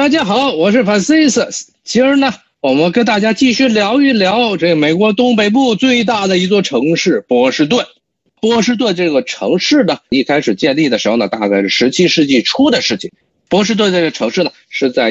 大家好，我是 Francis。今儿呢，我们跟大家继续聊一聊这美国东北部最大的一座城市波士顿。波士顿这个城市呢，一开始建立的时候呢，大概是17世纪初的事情。波士顿这个城市呢，是在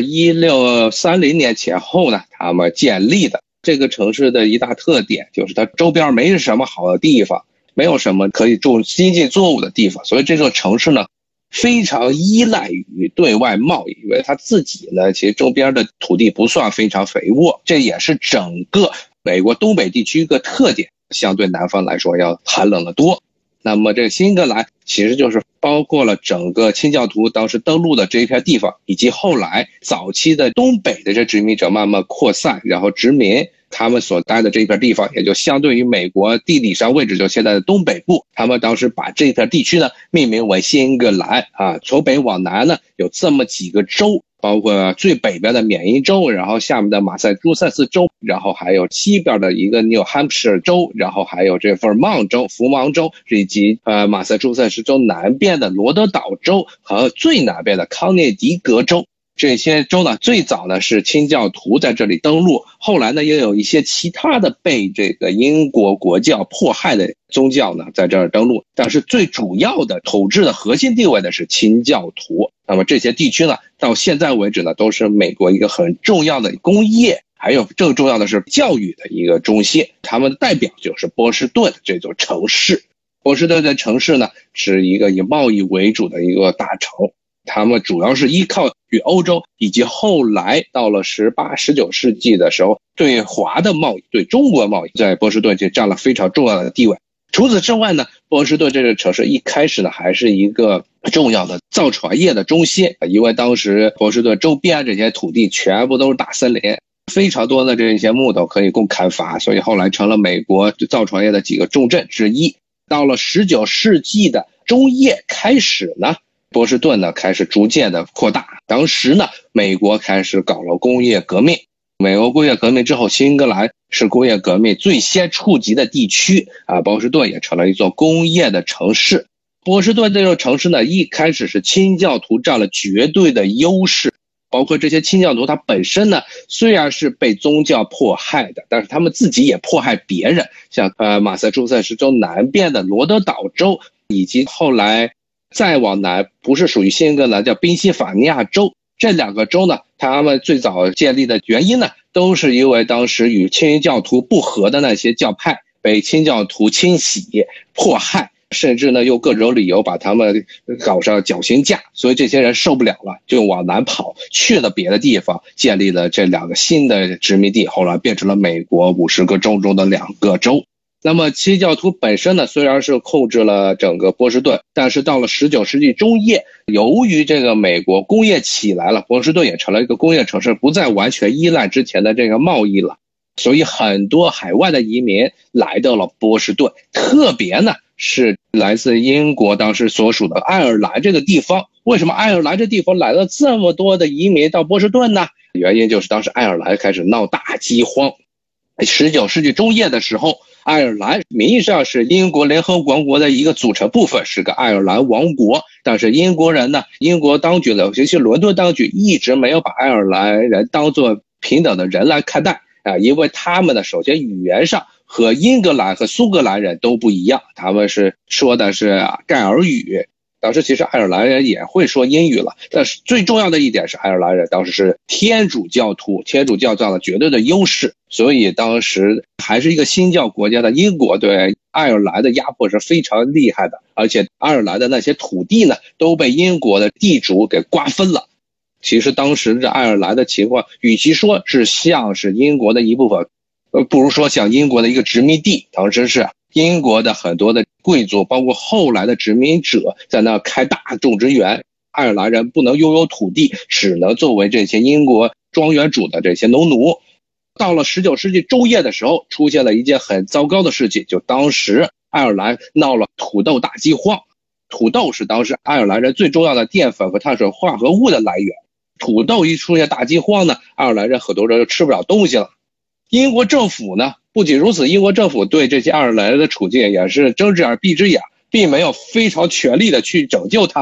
1630年前后呢，他们建立的。这个城市的一大特点就是它周边没什么好的地方，没有什么可以种经济作物的地方，所以这座城市呢，非常依赖于对外贸易，因为它自己呢，其实周边的土地不算非常肥沃，这也是整个美国东北地区一个特点，相对南方来说要寒冷得多。那么这个新英格兰其实就是包括了整个清教徒当时登陆的这一片地方，以及后来早期的东北的这殖民者慢慢扩散，然后殖民他们所待的这片地方，也就相对于美国地理上位置就现在的东北部，他们当时把这片地区呢命名为新英格兰啊。从北往南呢有这么几个州，包括最北边的缅因州，然后下面的马萨诸塞斯州，然后还有西边的一个 New Hampshire 州，然后还有这 Vermont 州、福芒州，以及马萨诸塞斯州南边的罗德岛州和最南边的康涅狄格州。这些州呢，最早呢是清教徒在这里登陆，后来呢也有一些其他的被这个英国国教迫害的宗教呢在这儿登陆，但是最主要的统治的核心地位的是清教徒。那么这些地区呢，到现在为止呢，都是美国一个很重要的工业，还有更重要的是教育的一个中心。他们的代表就是波士顿这座城市。波士顿的城市呢，是一个以贸易为主的一个大城。他们主要是依靠与欧洲以及后来到了18、19世纪的时候对华的贸易、对中国贸易，在波士顿就占了非常重要的地位。除此之外呢，波士顿这个城市一开始呢还是一个重要的造船业的中心，因为当时波士顿周边这些土地全部都是大森林，非常多的这些木头可以供砍伐，所以后来成了美国造船业的几个重镇之一。到了19世纪的中叶开始呢，波士顿呢开始逐渐的扩大。当时呢，美国开始搞了工业革命。美国工业革命之后，新英格兰是工业革命最先触及的地区啊，波士顿也成了一座工业的城市。波士顿这座城市呢，一开始是清教徒占了绝对的优势，包括这些清教徒他本身呢，虽然是被宗教迫害的，但是他们自己也迫害别人，像马萨诸塞斯州南边的罗德岛州，以及后来再往南不是属于新英格兰叫宾夕法尼亚州，这两个州呢，他们最早建立的原因呢，都是因为当时与清教徒不合的那些教派被清教徒清洗迫害，甚至呢用各种理由把他们搞上绞刑架，所以这些人受不了了，就往南跑，去了别的地方，建立了这两个新的殖民地，后来变成了美国50个州中的2个州。那么清教徒本身呢，虽然是控制了整个波士顿，但是到了19世纪中叶，由于这个美国工业起来了，波士顿也成了一个工业城市，不再完全依赖之前的这个贸易了，所以很多海外的移民来到了波士顿，特别呢是来自英国当时所属的爱尔兰这个地方。为什么爱尔兰这地方来了这么多的移民到波士顿呢？原因就是当时爱尔兰开始闹大饥荒。19世纪中叶的时候，爱尔兰名义上是英国联合王国的一个组成部分，是个爱尔兰王国，但是英国人呢，英国当局的，尤其是伦敦当局一直没有把爱尔兰人当作平等的人来看待啊，因为他们的首先语言上和英格兰和苏格兰人都不一样，他们是说的是盖尔语。当时其实爱尔兰人也会说英语了，但是最重要的一点是爱尔兰人当时是天主教徒，天主教占了绝对的优势，所以当时还是一个新教国家的英国对爱尔兰的压迫是非常厉害的，而且爱尔兰的那些土地呢都被英国的地主给瓜分了。其实当时这爱尔兰的情况与其说是像是英国的一部分，不如说像英国的一个殖民地。当时是英国的很多的贵族，包括后来的殖民者在那开大种植园，爱尔兰人不能拥有土地，只能作为这些英国庄园主的这些农奴。到了19世纪中叶的时候，出现了一件很糟糕的事情，就当时爱尔兰闹了土豆大饥荒。土豆是当时爱尔兰人最重要的淀粉和碳水化合物的来源，土豆一出现大饥荒呢，爱尔兰人很多人就吃不了东西了。英国政府呢，不仅如此，英国政府对这些爱尔兰人的处境也是睁只眼闭只眼，并没有非常全力的去拯救他们，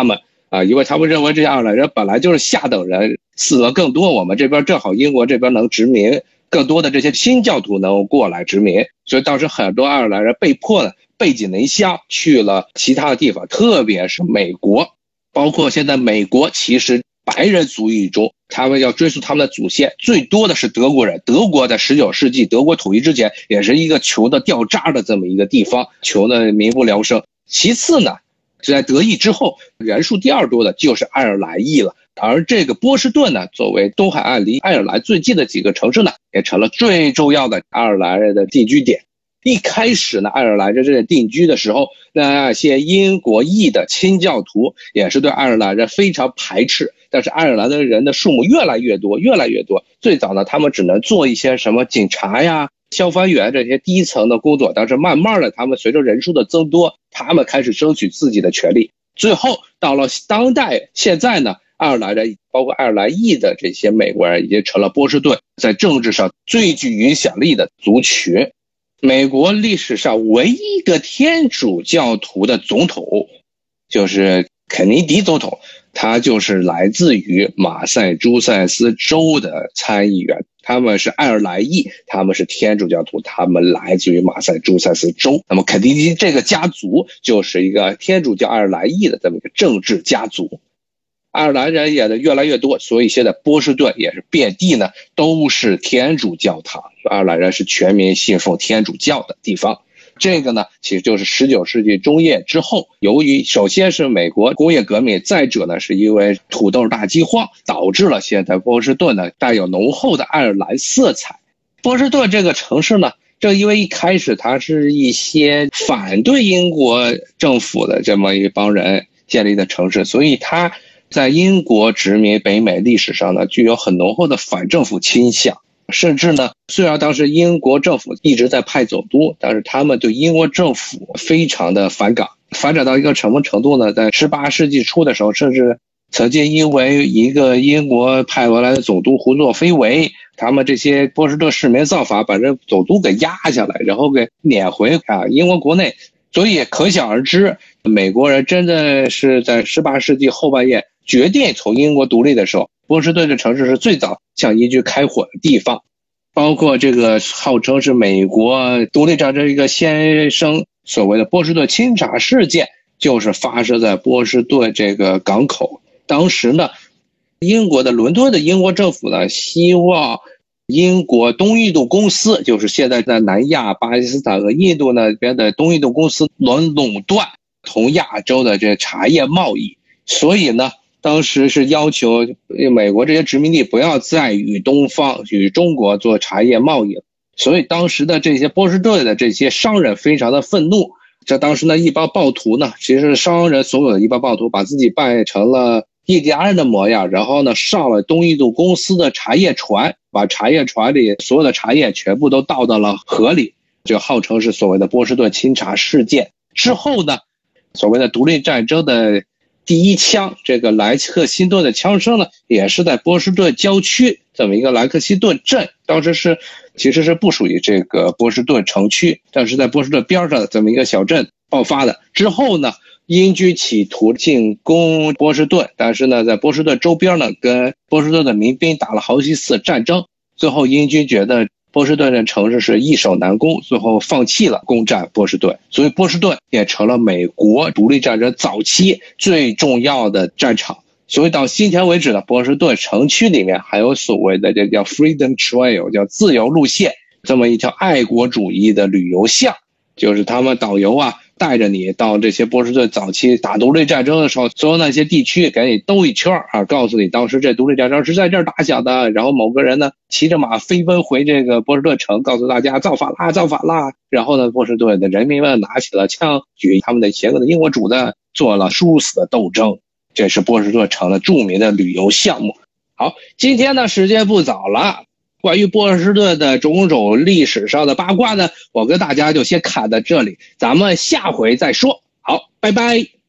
因为他们认为这些爱尔兰人本来就是下等人，死了更多，我们这边正好英国这边能殖民更多的这些新教徒能过来殖民，所以当时很多爱尔兰人被迫呢背井离乡去了其他的地方，特别是美国。包括现在美国其实白人族裔中，他们要追溯他们的祖先，最多的是德国人。德国在19世纪德国统一之前也是一个穷的掉渣的这么一个地方，穷的民不聊生。其次呢，在德裔之后，人数第二多的就是爱尔兰裔了。而这个波士顿呢，作为东海岸离爱尔兰最近的几个城市呢，也成了最重要的爱尔兰人的定居点。一开始呢，爱尔兰在这里定居的时候，那些英国裔的清教徒也是对爱尔兰人非常排斥。但是爱尔兰的人的数目越来越多，越来越多。最早呢，他们只能做一些什么警察呀、消防员这些低层的工作，但是慢慢的，他们随着人数的增多，他们开始争取自己的权利。最后到了当代，现在呢，爱尔兰人包括爱尔兰裔的这些美国人已经成了波士顿在政治上最具影响力的族群。美国历史上唯一一个天主教徒的总统就是肯尼迪总统，他就是来自于马萨诸塞州州的参议员，他们是爱尔兰裔，他们是天主教徒，他们来自于马萨诸塞州。那么肯尼迪这个家族就是一个天主教爱尔兰裔的这么一个政治家族。爱尔兰人也越来越多，所以现在波士顿也是遍地呢都是天主教堂，爱尔兰人是全民信奉天主教的地方。这个呢其实就是19世纪中叶之后，由于首先是美国工业革命，再者呢是因为土豆大饥荒，导致了现在波士顿呢带有浓厚的爱尔兰色彩。波士顿这个城市呢，正因为一开始它是一些反对英国政府的这么一帮人建立的城市，所以它在英国殖民北美历史上呢，具有很浓厚的反政府倾向。甚至呢，虽然当时英国政府一直在派总督，但是他们对英国政府非常的反感到一个什么程度呢？在18世纪初的时候，甚至曾经因为一个英国派过来的总督胡作非为，他们这些波士顿市民造反，把这总督给压下来，然后给撵回英国国内。所以可想而知，美国人真的是在18世纪后半叶决定从英国独立的时候，波士顿这城市是最早向英军开火的地方。包括这个号称是美国独立战争一个先声，所谓的波士顿清查事件，就是发生在波士顿这个港口。当时呢，英国的伦敦的英国政府呢，希望英国东印度公司，就是现在在南亚、巴基斯坦和印度那边的东印度公司垄断同亚洲的这茶叶贸易。所以呢，当时是要求美国这些殖民地不要再与东方、与中国做茶叶贸易了。所以当时的这些波士顿的这些商人非常的愤怒。这当时呢，一帮暴徒呢，其实商人所有的一帮暴徒把自己扮成了印第安人的模样，然后呢上了东印度公司的茶叶船，把茶叶船里所有的茶叶全部都倒到了河里，就号称是所谓的波士顿清查事件。之后呢，所谓的独立战争的第一枪，这个莱克辛顿的枪声呢，也是在波士顿郊区这么一个莱克辛顿镇，当时其实是不属于这个波士顿城区，但是在波士顿边上的这么一个小镇爆发的。之后呢，英军企图进攻波士顿，但是呢，在波士顿周边呢，跟波士顿的民兵打了好几次战争，最后英军觉得波士顿的城市是易守难攻，最后放弃了攻占波士顿，所以波士顿也成了美国独立战争早期最重要的战场。所以到今天为止呢，波士顿城区里面还有所谓的这叫 Freedom Trail， 叫自由路线，这么一条爱国主义的旅游线，就是他们导游带着你到这些波士顿早期打独立战争的时候，所有那些地区给你兜一圈告诉你当时这独立战争是在这儿打响的。然后某个人呢骑着马飞奔回这个波士顿城，告诉大家造反啦，造反啦。然后呢，波士顿的人民们拿起了枪，与他们的邪恶的英国主子做了殊死的斗争。这是波士顿城的著名的旅游项目。好，今天呢时间不早了，关于波士顿的种种历史上的八卦呢，我跟大家就先侃到这里，咱们下回再说。好，拜拜。